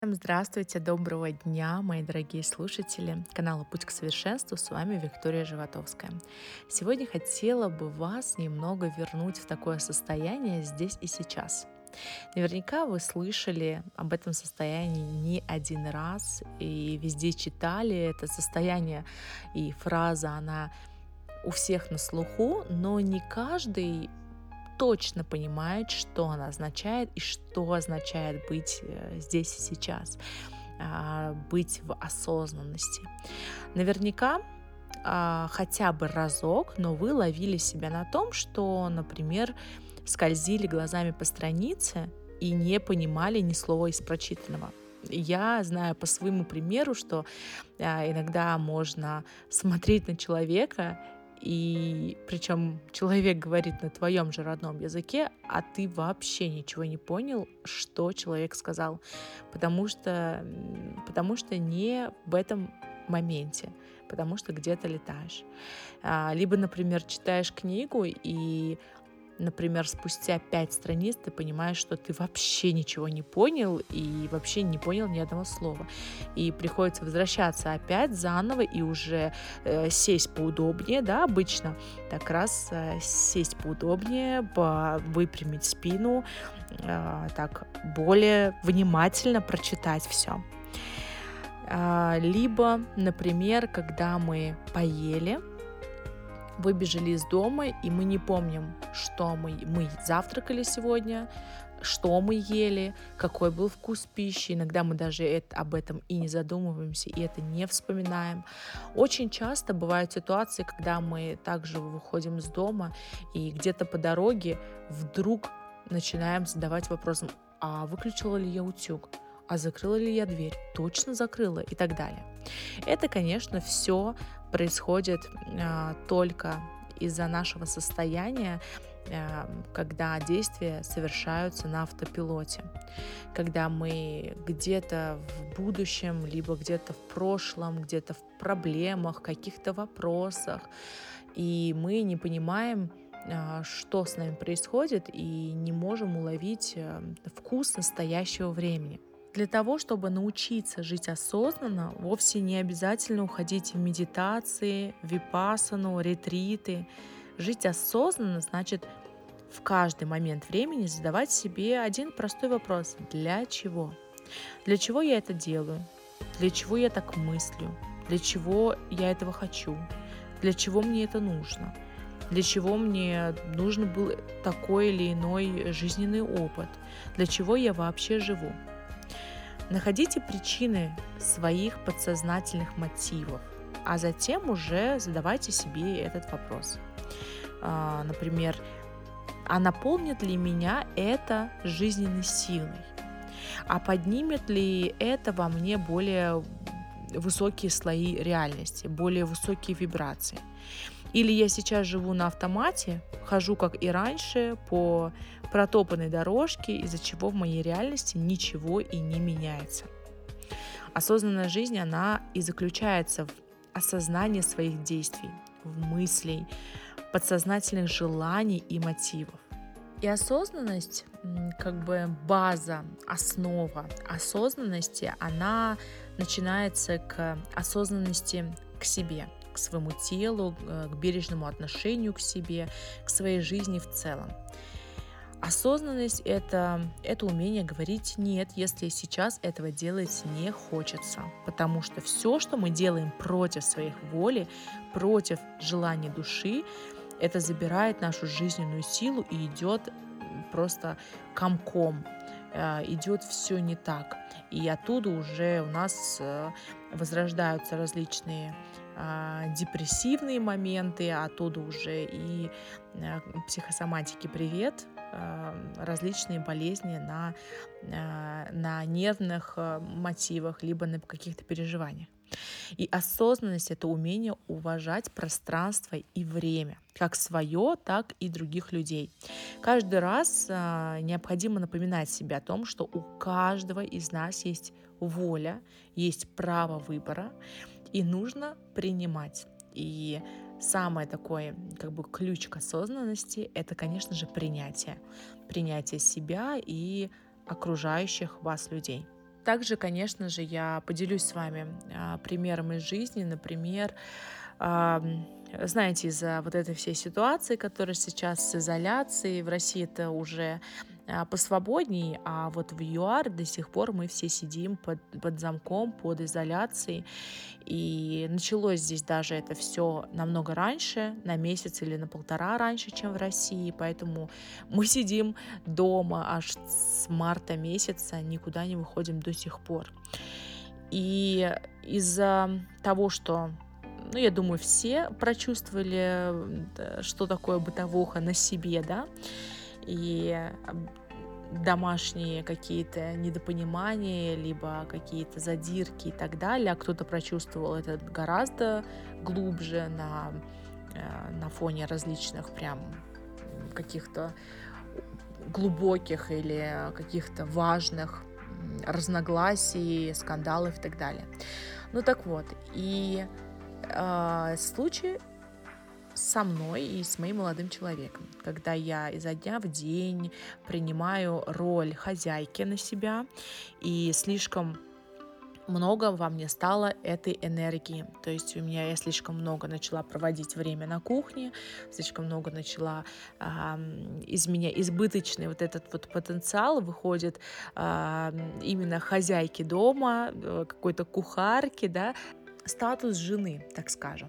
Всем здравствуйте, доброго дня, мои дорогие слушатели канала «Путь к совершенству». С вами Виктория Животовская. Сегодня хотела бы вас немного вернуть в такое состояние здесь и сейчас. Наверняка вы слышали об этом состоянии не один раз и везде читали это состояние, и фраза, она у всех на слуху, но не каждый точно понимает, что она означает и что означает быть здесь и сейчас, быть в осознанности. Наверняка хотя бы разок, но вы ловили себя на том, что, например, скользили глазами по странице и не понимали ни слова из прочитанного. Я знаю по своему примеру, что иногда можно смотреть на человека, и причем человек говорит на твоем же родном языке, а ты вообще ничего не понял, что человек сказал, потому что не в этом моменте, потому что где-то летаешь. Либо, например, читаешь книгу и, например, спустя 5 страниц ты понимаешь, что ты вообще ничего не понял и вообще не понял ни одного слова. И приходится возвращаться опять заново и уже сесть поудобнее, да, обычно так раз сесть поудобнее, выпрямить спину, так более внимательно прочитать все. Либо, например, когда мы поели, выбежали из дома, и мы не помним, что мы завтракали сегодня, что мы ели, какой был вкус пищи. Иногда мы даже об этом и не задумываемся, и это не вспоминаем. Очень часто бывают ситуации, когда мы также выходим из дома, и где-то по дороге вдруг начинаем задавать вопросом: а выключила ли я утюг? А закрыла ли я дверь? Точно закрыла? И так далее. Это, конечно, все происходит только из-за нашего состояния, когда действия совершаются на автопилоте, когда мы где-то в будущем, либо где-то в прошлом, где-то в проблемах, каких-то вопросах, и мы не понимаем, что с нами происходит, и не можем уловить вкус настоящего времени. Для того, чтобы научиться жить осознанно, вовсе не обязательно уходить в медитации, випассану, ретриты. Жить осознанно значит в каждый момент времени задавать себе один простой вопрос: для чего? Для чего я это делаю? Для чего я так мыслю? Для чего я этого хочу? Для чего мне это нужно? Для чего мне нужен был такой или иной жизненный опыт? Для чего я вообще живу? Находите причины своих подсознательных мотивов, а затем уже задавайте себе этот вопрос. Например, а наполнит ли меня это жизненной силой? А поднимет ли это во мне более высокие слои реальности, более высокие вибрации? Или я сейчас живу на автомате, хожу, как и раньше, по протопанной дорожке, из-за чего в моей реальности ничего и не меняется. Осознанная жизнь, она и заключается в осознании своих действий, в мыслей, подсознательных желаний и мотивов. И осознанность, как бы база, основа осознанности, она начинается к осознанности к себе, к своему телу, к бережному отношению к себе, к своей жизни в целом. Осознанность это умение говорить «нет», если сейчас этого делать не хочется. Потому что все, что мы делаем против своих воли, против желаний души, это забирает нашу жизненную силу и идет просто комком, идет все не так. И оттуда уже у нас возрождаются различные депрессивные моменты, оттуда уже и психосоматики привет, различные болезни на нервных мотивах, либо на каких-то переживаниях. И осознанность — это умение уважать пространство и время, как свое, так и других людей. Каждый раз необходимо напоминать себе о том, что у каждого из нас есть воля, есть право выбора, и нужно принимать. И самый такой, как бы, ключ к осознанности — это, конечно же, принятие. Принятие себя и окружающих вас людей. Также, конечно же, я поделюсь с вами примером из жизни. Например, знаете, из-за вот этой всей ситуации, которая сейчас с изоляцией, в России это уже посвободней, а вот в ЮАР до сих пор мы все сидим под замком, под изоляцией. И началось здесь даже это все намного раньше, на месяц или на полтора раньше, чем в России. Поэтому мы сидим дома аж с марта месяца, никуда не выходим до сих пор. И из-за того, что я думаю, все прочувствовали, что такое бытовуха на себе, да, и домашние какие-то недопонимания, либо какие-то задирки и так далее, а кто-то прочувствовал это гораздо глубже на фоне различных прям каких-то глубоких или каких-то важных разногласий, скандалов и так далее. Ну так вот, и случай со мной и с моим молодым человеком, когда я изо дня в день принимаю роль хозяйки на себя, и слишком много во мне стало этой энергии. То есть я слишком много начала проводить время на кухне, слишком много начала из меня избыточный вот этот вот потенциал выходит именно хозяйки дома, какой-то кухарки, да, статус жены, так скажем.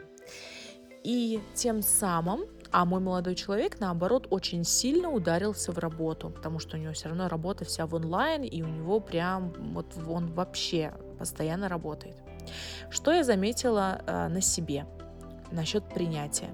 И тем самым, мой молодой человек, наоборот, очень сильно ударился в работу, потому что у него все равно работа вся в онлайн, и у него прям вот он вообще постоянно работает. Что я заметила на себе насчет принятия?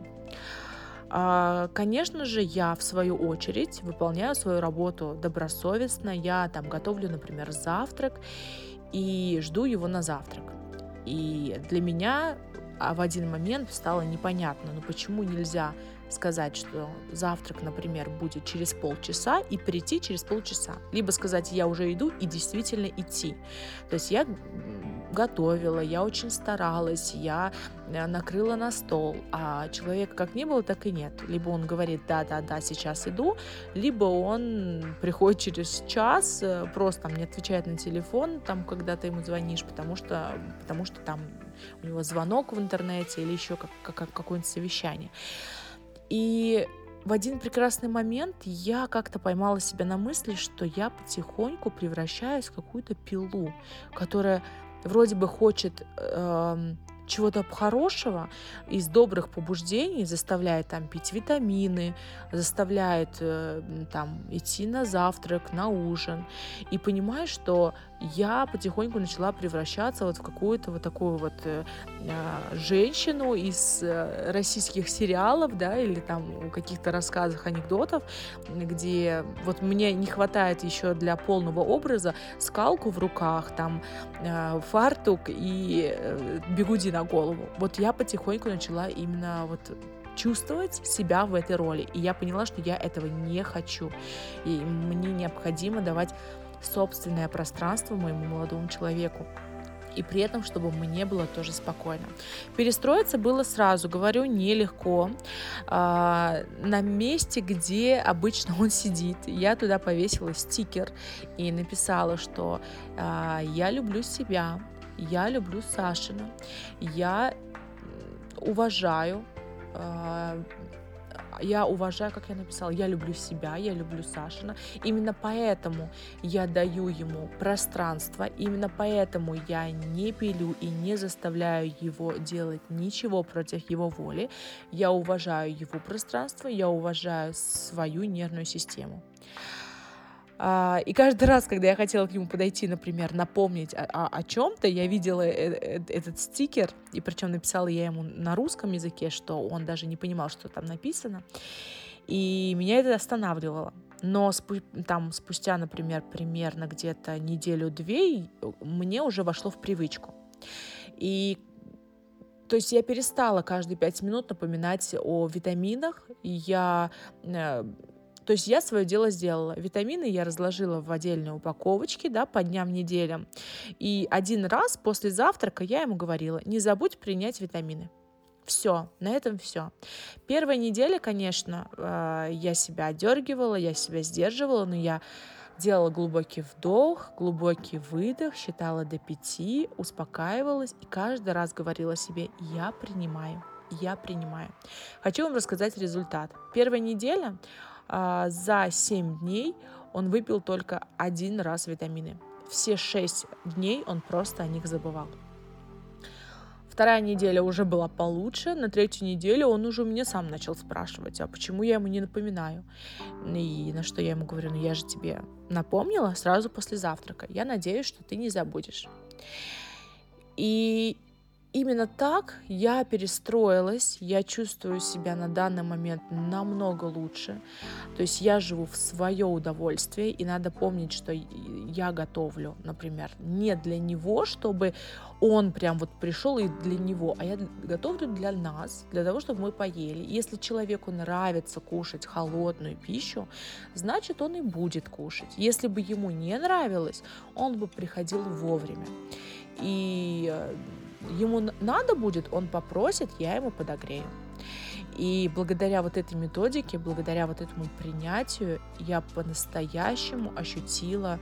Конечно же, я в свою очередь выполняю свою работу добросовестно. Я там готовлю, например, завтрак и жду его на завтрак. И для меня в один момент стало непонятно, почему нельзя сказать, что завтрак, например, будет через полчаса и прийти через полчаса. Либо сказать, я уже иду и действительно идти. То есть я готовила, я очень старалась, я накрыла на стол, а человека как не было, так и нет. Либо он говорит, да, сейчас иду, либо он приходит через час, просто там не отвечает на телефон, там, когда ты ему звонишь, потому что там у него звонок в интернете или еще какое-нибудь совещание. И в один прекрасный момент я как-то поймала себя на мысли, что я потихоньку превращаюсь в какую-то пилу, которая вроде бы хочет чего-то хорошего, из добрых побуждений заставляет там пить витамины, заставляет там идти на завтрак, на ужин. И понимаю, что я потихоньку начала превращаться вот в какую-то вот такую вот женщину из российских сериалов, да, или там каких-то рассказов, анекдотов, где вот мне не хватает еще для полного образа скалку в руках, там фартук и бигуди на голову. Вот я потихоньку начала именно вот чувствовать себя в этой роли. И я поняла, что я этого не хочу. И мне необходимо давать собственное пространство моему молодому человеку. И при этом, чтобы мне было тоже спокойно. Перестроиться было сразу, говорю, нелегко. На месте, где обычно он сидит, я туда повесила стикер и написала, что я люблю себя, я люблю Сашина, я уважаю, как я написала, я люблю себя, я люблю Сашина. Именно поэтому я даю ему пространство, именно поэтому я не пилю и не заставляю его делать ничего против его воли. Я уважаю его пространство, я уважаю свою нервную систему. И каждый раз, когда я хотела к нему подойти, например, напомнить о чем-то, я видела этот стикер, и причем написала я ему на русском языке, что он даже не понимал, что там написано, и меня это останавливало. Но спустя, например, примерно где-то неделю-две мне уже вошло в привычку. И то есть я перестала каждые 5 минут напоминать о витаминах, То есть я свое дело сделала. Витамины я разложила в отдельные упаковочки, да, по дням, неделям. И один раз после завтрака я ему говорила, не забудь принять витамины. Все, на этом все. Первая неделя, конечно, я себя одергивала, я себя сдерживала, но я делала глубокий вдох, глубокий выдох, считала до 5, успокаивалась и каждый раз говорила себе: я принимаю, я принимаю. Хочу вам рассказать результат. Первая неделя, за 7 дней он выпил только 1 раз витамины. Все 6 дней он просто о них забывал. Вторая неделя уже была получше, на третью неделю он уже у меня сам начал спрашивать, а почему я ему не напоминаю? И на что я ему говорю: я же тебе напомнила сразу после завтрака, я надеюсь, что ты не забудешь. И именно так я перестроилась, я чувствую себя на данный момент намного лучше. То есть я живу в свое удовольствие, и надо помнить, что я готовлю, например, не для него, чтобы он прям вот пришел и для него, а я готовлю для нас, для того, чтобы мы поели. И если человеку нравится кушать холодную пищу, значит, он и будет кушать. Если бы ему не нравилось, он бы приходил вовремя. И ему надо будет, он попросит, я ему подогрею. И благодаря вот этой методике, благодаря вот этому принятию, я по-настоящему ощутила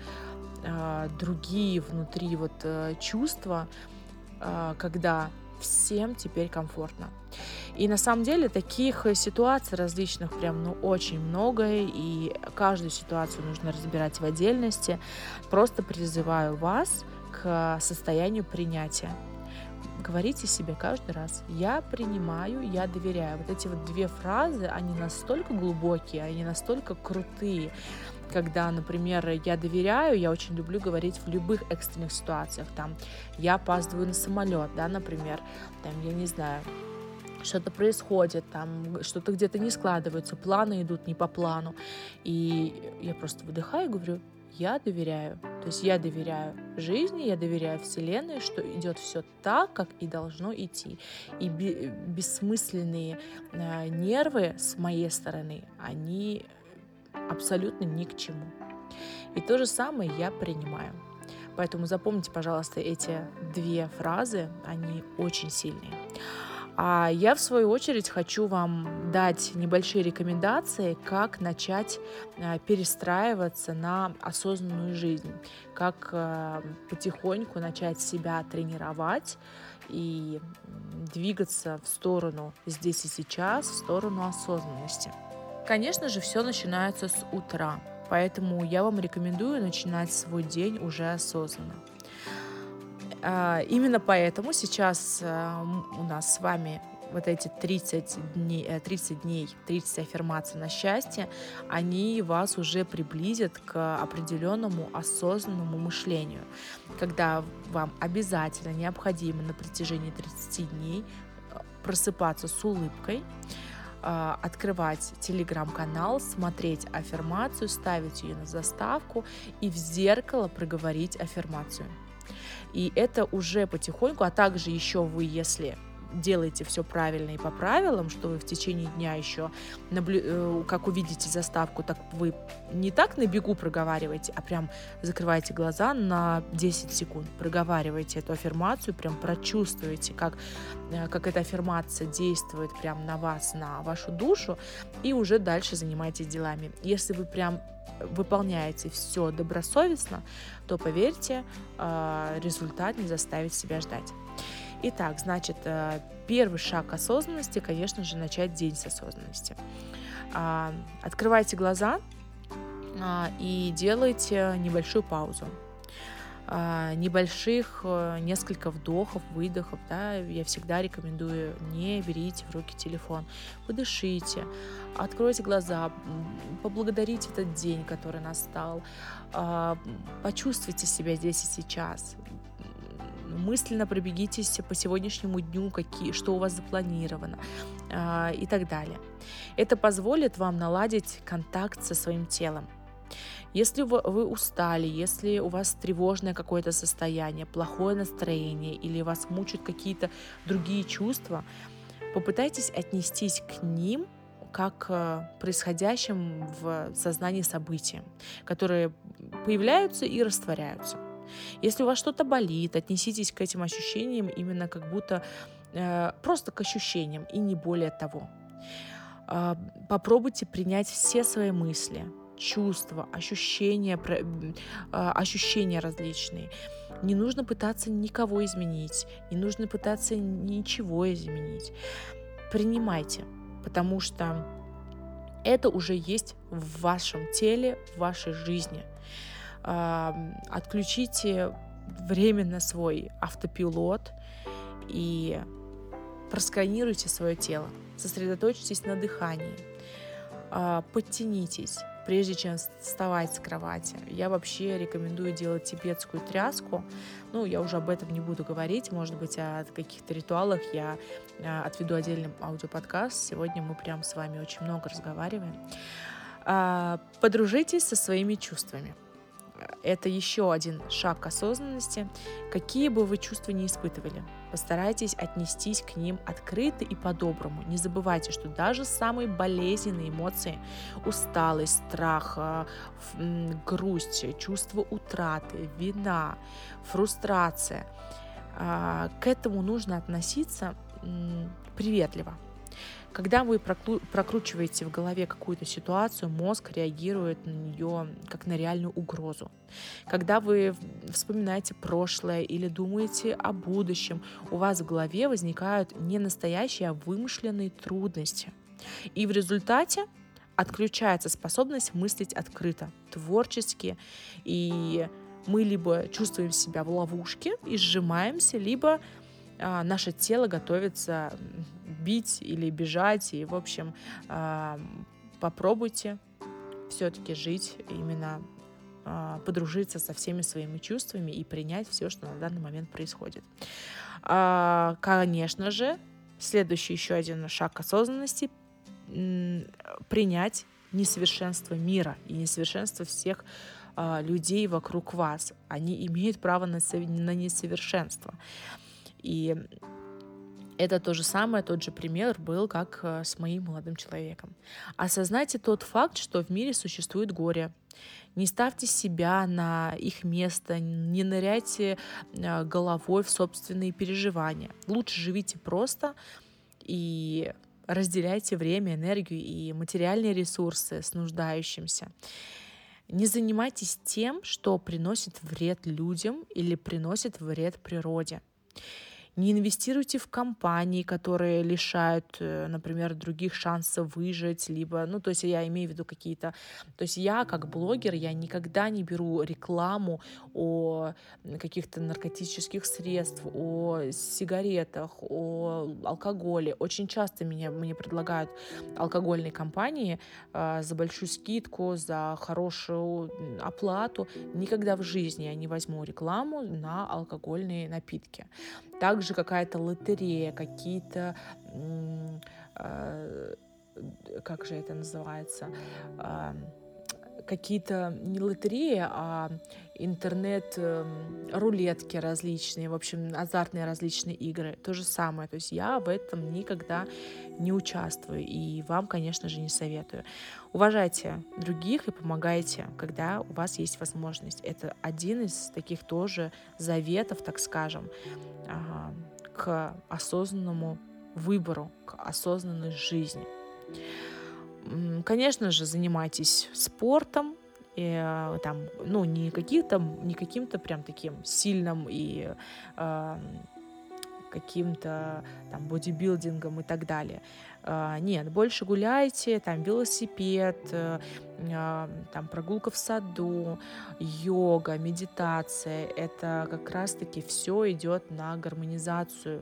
другие внутри чувства, когда всем теперь комфортно. И на самом деле таких ситуаций различных прям очень много, и каждую ситуацию нужно разбирать в отдельности. Просто призываю вас к состоянию принятия. Говорите себе каждый раз: я принимаю, я доверяю. Вот эти 2 фразы, они настолько глубокие, они настолько крутые. Когда, например, я доверяю, я очень люблю говорить в любых экстренных ситуациях. Там, я опаздываю на самолет, да, например, там, я не знаю, что-то происходит, там что-то где-то не складывается, планы идут не по плану. И я просто выдыхаю и говорю: я доверяю. То есть я доверяю жизни, я доверяю Вселенной, что идет все так, как и должно идти. И бессмысленные нервы с моей стороны, они абсолютно ни к чему. И то же самое я принимаю. Поэтому запомните, пожалуйста, эти 2 фразы, они очень сильные. А я, в свою очередь, хочу вам дать небольшие рекомендации, как начать перестраиваться на осознанную жизнь, как потихоньку начать себя тренировать и двигаться в сторону здесь и сейчас, в сторону осознанности. Конечно же, все начинается с утра, поэтому я вам рекомендую начинать свой день уже осознанно. Именно поэтому сейчас у нас с вами вот эти 30 дней, 30 аффирмаций на счастье, они вас уже приблизят к определенному осознанному мышлению, когда вам обязательно необходимо на протяжении 30 дней просыпаться с улыбкой, открывать телеграм-канал, смотреть аффирмацию, ставить ее на заставку и в зеркало проговорить аффирмацию. И это уже потихоньку, а также еще вы, если делаете все правильно и по правилам, что вы в течение дня еще, как увидите заставку, так вы не так на бегу проговариваете, а прям закрываете глаза на 10 секунд, проговариваете эту аффирмацию, прям прочувствуете, как эта аффирмация действует прям на вас, на вашу душу, и уже дальше занимаетесь делами. Если вы прям выполняете все добросовестно, то, поверьте, результат не заставит себя ждать. Итак, значит, первый шаг осознанности, конечно же, начать день с осознанности. Открывайте глаза и делайте небольшую паузу. Небольших несколько вдохов, выдохов, да, я всегда рекомендую: не берите в руки телефон, подышите, откройте глаза, поблагодарите этот день, который настал, почувствуйте себя здесь и сейчас, мысленно пробегитесь по сегодняшнему дню, что у вас запланировано и так далее. Это позволит вам наладить контакт со своим телом. Если вы устали, если у вас тревожное какое-то состояние, плохое настроение или вас мучают какие-то другие чувства, попытайтесь отнестись к ним как к происходящим в сознании событиям, которые появляются и растворяются. Если у вас что-то болит, отнеситесь к этим ощущениям именно как будто просто к ощущениям и не более того. Попробуйте принять все свои мысли, чувства, ощущения различные. Не нужно пытаться никого изменить, не нужно пытаться ничего изменить. Принимайте, потому что это уже есть в вашем теле, в вашей жизни. Отключите временно свой автопилот и просканируйте свое тело. Сосредоточьтесь на дыхании. Подтянитесь, прежде чем вставать с кровати. Я вообще рекомендую делать тибетскую тряску. Я уже об этом не буду говорить. Может быть, о каких-то ритуалах я отведу отдельный аудиоподкаст. Сегодня мы прям с вами очень много разговариваем. Подружитесь со своими чувствами. Это еще один шаг к осознанности. Какие бы вы чувства ни испытывали, постарайтесь отнестись к ним открыто и по-доброму. Не забывайте, что даже самые болезненные эмоции, усталость, страх, грусть, чувство утраты, вина, фрустрация, к этому нужно относиться приветливо. Когда вы прокручиваете в голове какую-то ситуацию, мозг реагирует на нее как на реальную угрозу. Когда вы вспоминаете прошлое или думаете о будущем, у вас в голове возникают не настоящие, а вымышленные трудности. И в результате отключается способность мыслить открыто, творчески, и мы либо чувствуем себя в ловушке и сжимаемся, либо наше тело готовится бить или бежать. И, в общем, попробуйте все-таки жить, именно подружиться со всеми своими чувствами и принять все, что на данный момент происходит. Конечно же, следующий еще один шаг к осознанности — принять несовершенство мира и несовершенство всех людей вокруг вас. Они имеют право на несовершенство. И это то же самое, тот же пример был, как с моим молодым человеком. Осознайте тот факт, что в мире существует горе. Не ставьте себя на их место, не ныряйте головой в собственные переживания. Лучше живите просто и разделяйте время, энергию и материальные ресурсы с нуждающимся. Не занимайтесь тем, что приносит вред людям или приносит вред природе. Не инвестируйте в компании, которые лишают, например, других шансов выжить, либо, то есть я имею в виду какие-то... То есть я, как блогер, я никогда не беру рекламу о каких-то наркотических средствах, о сигаретах, о алкоголе. Очень часто мне предлагают алкогольные компании за большую скидку, за хорошую оплату. Никогда в жизни я не возьму рекламу на алкогольные напитки. Также какая-то лотерея, какие-то, как же это называется, какие-то не лотереи, а интернет-рулетки различные, в общем, азартные различные игры. То же самое. То есть я в этом никогда не участвую и вам, конечно же, не советую. Уважайте других и помогайте, когда у вас есть возможность. Это один из таких тоже заветов, так скажем, к осознанному выбору, к осознанной жизни. Конечно же, занимайтесь спортом, не каким-то прям таким сильным и каким-то там бодибилдингом и так далее. Нет, больше гуляйте, велосипед, прогулка в саду, йога, медитация. Это как раз-таки все идет на гармонизацию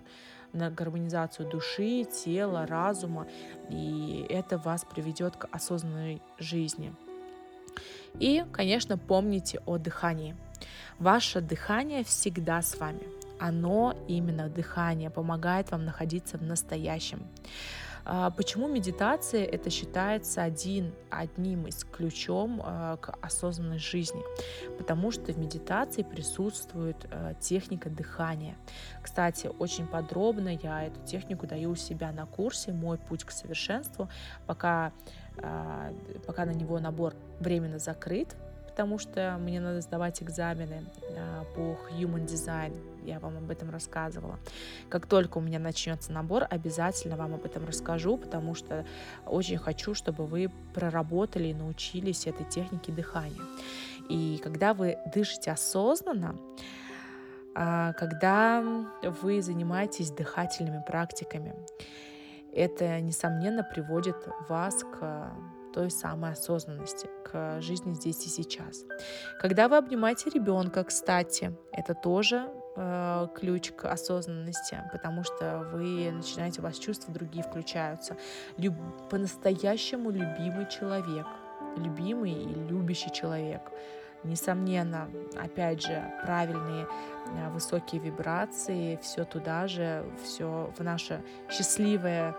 души, тела, разума, и это вас приведет к осознанной жизни. И, конечно, помните о дыхании. Ваше дыхание всегда с вами. Оно, именно дыхание, помогает вам находиться в настоящем. Почему медитация это считается одним из ключом к осознанной жизни? Потому что в медитации присутствует техника дыхания. Кстати, очень подробно я эту технику даю у себя на курсе «Мой путь к совершенству». Пока на него набор временно закрыт, потому что мне надо сдавать экзамены по Human Design. Я вам об этом рассказывала. Как только у меня начнется набор, обязательно вам об этом расскажу, потому что очень хочу, чтобы вы проработали и научились этой технике дыхания. И когда вы дышите осознанно, когда вы занимаетесь дыхательными практиками, это, несомненно, приводит вас к той самой осознанности, к жизни здесь и сейчас. Когда вы обнимаете ребенка, кстати, это тоже ключ к осознанности, потому что вы начинаете, у вас чувства другие включаются. По-настоящему любимый человек, любимый и любящий человек. Несомненно, опять же, правильные высокие вибрации, все туда же, все в наше счастливое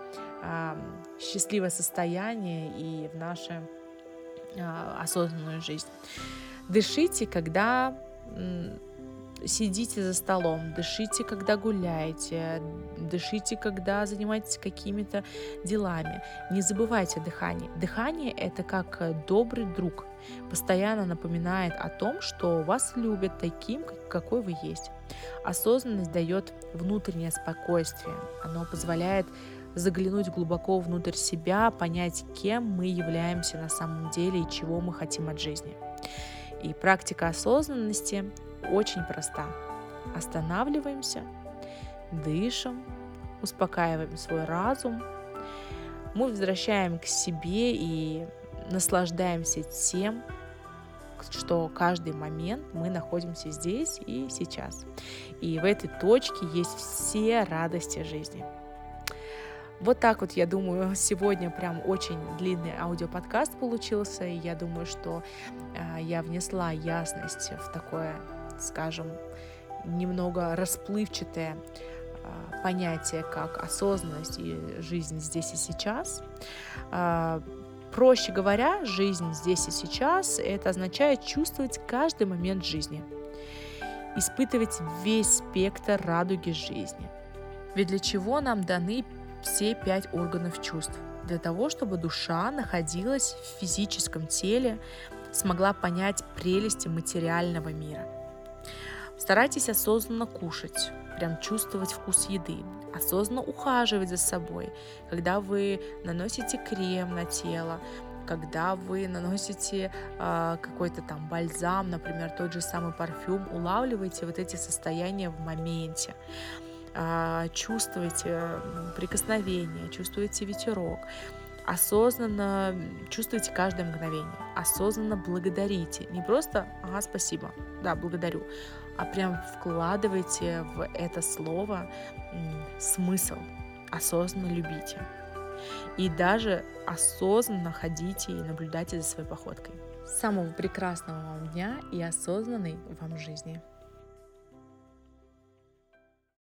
состояние и в нашу осознанную жизнь. Дышите, когда сидите за столом, дышите, когда гуляете, дышите, когда занимаетесь какими-то делами. Не забывайте о дыхании. Дыхание — это как добрый друг. Постоянно напоминает о том, что вас любят таким, какой вы есть. Осознанность дает внутреннее спокойствие. Оно позволяет заглянуть глубоко внутрь себя, понять, кем мы являемся на самом деле и чего мы хотим от жизни. И практика осознанности очень проста. Останавливаемся, дышим, успокаиваем свой разум. Мы возвращаем к себе и наслаждаемся тем, что каждый момент мы находимся здесь и сейчас. И в этой точке есть все радости жизни. Вот так вот, я думаю, сегодня прям очень длинный аудиоподкаст получился, и я думаю, что я внесла ясность в такое, скажем, немного расплывчатое понятие, как осознанность и жизнь здесь и сейчас. Проще говоря, жизнь здесь и сейчас — это означает чувствовать каждый момент жизни, испытывать весь спектр радуги жизни. Ведь для чего нам даны все 5 органов чувств? Для того, чтобы душа находилась в физическом теле, смогла понять прелести материального мира. Старайтесь осознанно кушать, прям чувствовать вкус еды, осознанно ухаживать за собой, когда вы наносите крем на тело, когда вы наносите какой-то там бальзам, например, тот же самый парфюм, улавливайте вот эти состояния в моменте. Чувствуйте прикосновение, чувствуйте ветерок, осознанно чувствуйте каждое мгновение, осознанно благодарите. Не просто «ага, спасибо, да, благодарю», а прям вкладывайте в это слово смысл, осознанно любите. И даже осознанно ходите и наблюдайте за своей походкой. Самого прекрасного вам дня и осознанной вам жизни!